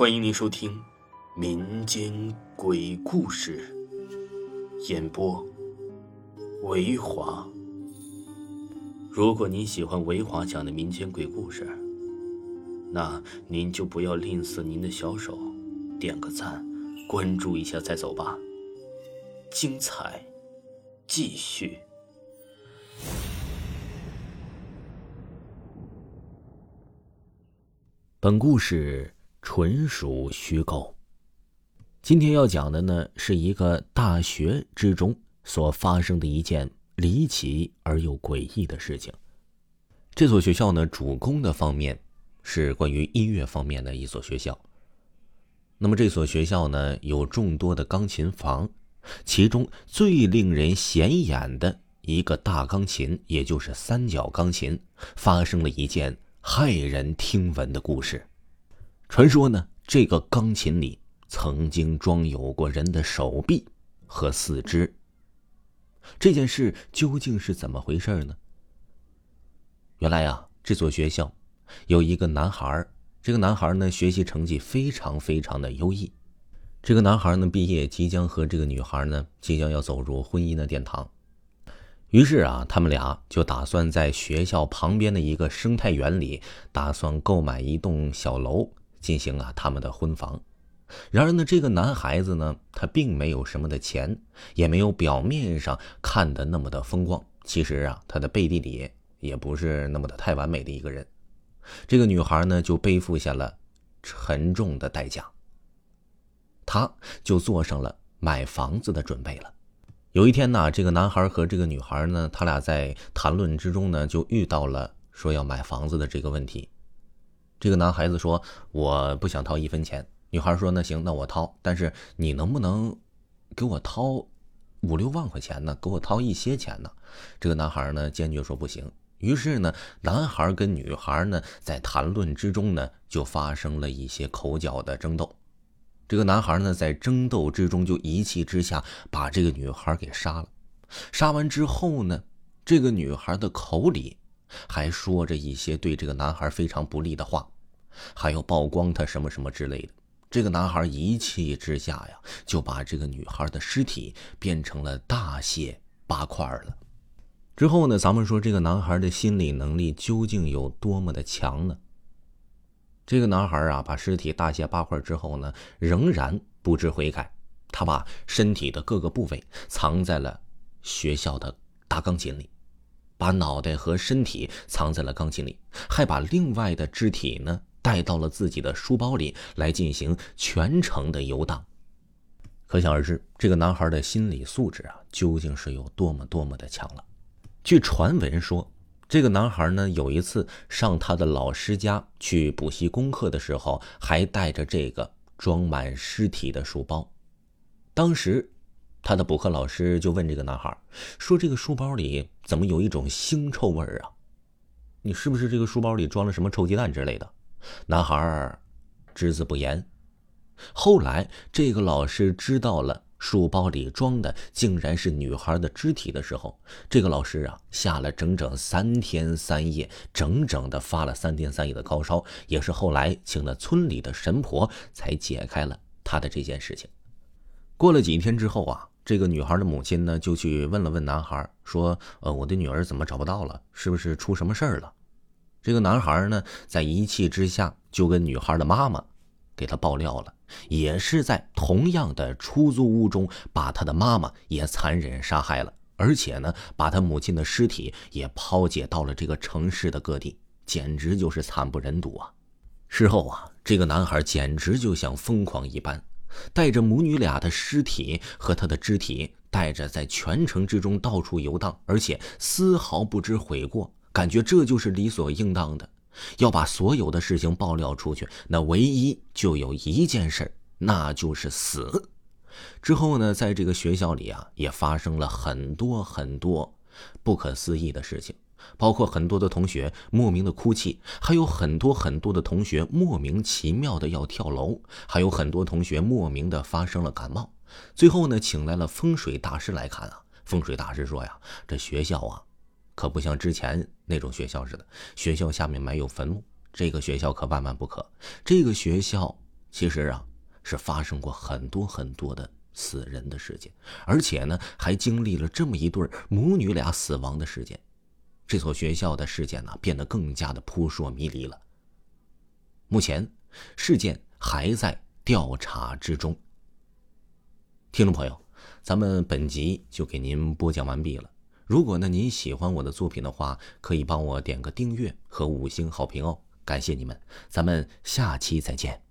欢迎您收听民间鬼故事，演播维华。如果您喜欢维华讲的民间鬼故事，那您就不要吝啬您的小手，点个赞，关注一下再走吧。精彩继续。本故事纯属虚构。今天要讲的呢，是一个大学之中所发生的一件离奇而又诡异的事情。这所学校呢，主攻的方面是关于音乐方面的一所学校。那么这所学校呢，有众多的钢琴房，其中最令人显眼的一个大钢琴，也就是三角钢琴，发生了一件骇人听闻的故事。传说呢，这个钢琴里曾经装有过人的手臂和四肢。这件事究竟是怎么回事呢？原来啊，这所学校有一个男孩，这个男孩呢，学习成绩非常的优异。这个男孩呢，毕业即将和这个女孩呢，即将要走入婚姻的殿堂。于是啊，他们俩就打算在学校旁边的一个生态园里，打算购买一栋小楼，进行他们的婚房。然而呢，这个男孩子呢，他并没有什么的钱，也没有表面上看的那么的风光。其实啊，他的背地里也不是那么的太完美的一个人。这个女孩呢，就背负下了沉重的代价，她就做上了买房子的准备了。有一天呢，这个男孩和这个女孩呢，他俩在谈论之中呢，就遇到了说要买房子的这个问题。这个男孩子说，我不想掏1分钱。女孩说，那行，那我掏，但是你能不能给我掏5-6万块钱呢？给我掏一些钱呢？这个男孩呢，坚决说不行。于是呢，男孩跟女孩呢，在谈论之中呢，就发生了一些口角的争斗。这个男孩呢，在争斗之中就一气之下把这个女孩给杀了。杀完之后呢，这个女孩的口里还说着一些对这个男孩非常不利的话，还要曝光他什么什么之类的。这个男孩一气之下呀，就把这个女孩的尸体变成了大卸8块了。之后呢，咱们说这个男孩的心理能力究竟有多么的强呢？这个男孩啊，把尸体大卸8块之后呢，仍然不知悔改。他把身体的各个部位藏在了学校的大钢琴里，把脑袋和身体藏在了钢琴里，还把另外的肢体呢带到了自己的书包里来进行全程的游荡。可想而知，这个男孩的心理素质啊，究竟是有多么的强了。据传闻说，这个男孩呢，有一次上他的老师家去补习功课的时候，还带着这个装满尸体的书包。当时他的补课老师就问这个男孩说，这个书包里怎么有一种腥臭味啊？你是不是这个书包里装了什么臭鸡蛋之类的？男孩只字不言。后来这个老师知道了书包里装的竟然是女孩的肢体的时候，这个老师啊，下了整整3天3夜，整整的发了3天3夜的高烧，也是后来请了村里的神婆才解开了他的这件事情。过了几天之后啊，这个女孩的母亲呢，就去问了问男孩，说我的女儿怎么找不到了？是不是出什么事儿了？这个男孩呢，在一气之下就跟女孩的妈妈给他爆料了，也是在同样的出租屋中把他的妈妈也残忍杀害了，而且呢，把他母亲的尸体也抛解到了这个城市的各地，简直就是惨不忍睹啊。事后啊，这个男孩简直就像疯狂一般，带着母女俩的尸体和他的肢体，带着在全城之中到处游荡，而且丝毫不知悔过，感觉这就是理所应当的。要把所有的事情爆料出去，那唯一就有一件事，那就是死。之后呢，在这个学校里啊，也发生了很多不可思议的事情，包括很多的同学莫名的哭泣，还有很多的同学莫名其妙的要跳楼，还有很多同学莫名的发生了感冒。最后呢，请来了风水大师来看啊。风水大师说呀，这学校啊，可不像之前那种学校似的，学校下面埋有坟墓，这个学校可万万不可。这个学校其实啊，是发生过很多很多的死人的事件，而且呢，还经历了这么一对母女俩死亡的事件。这所学校的事件呢，变得更加的扑朔迷离了。目前，事件还在调查之中。听众朋友，咱们本集就给您播讲完毕了。如果呢您喜欢我的作品的话，可以帮我点个订阅和5星好评哦，感谢你们，咱们下期再见。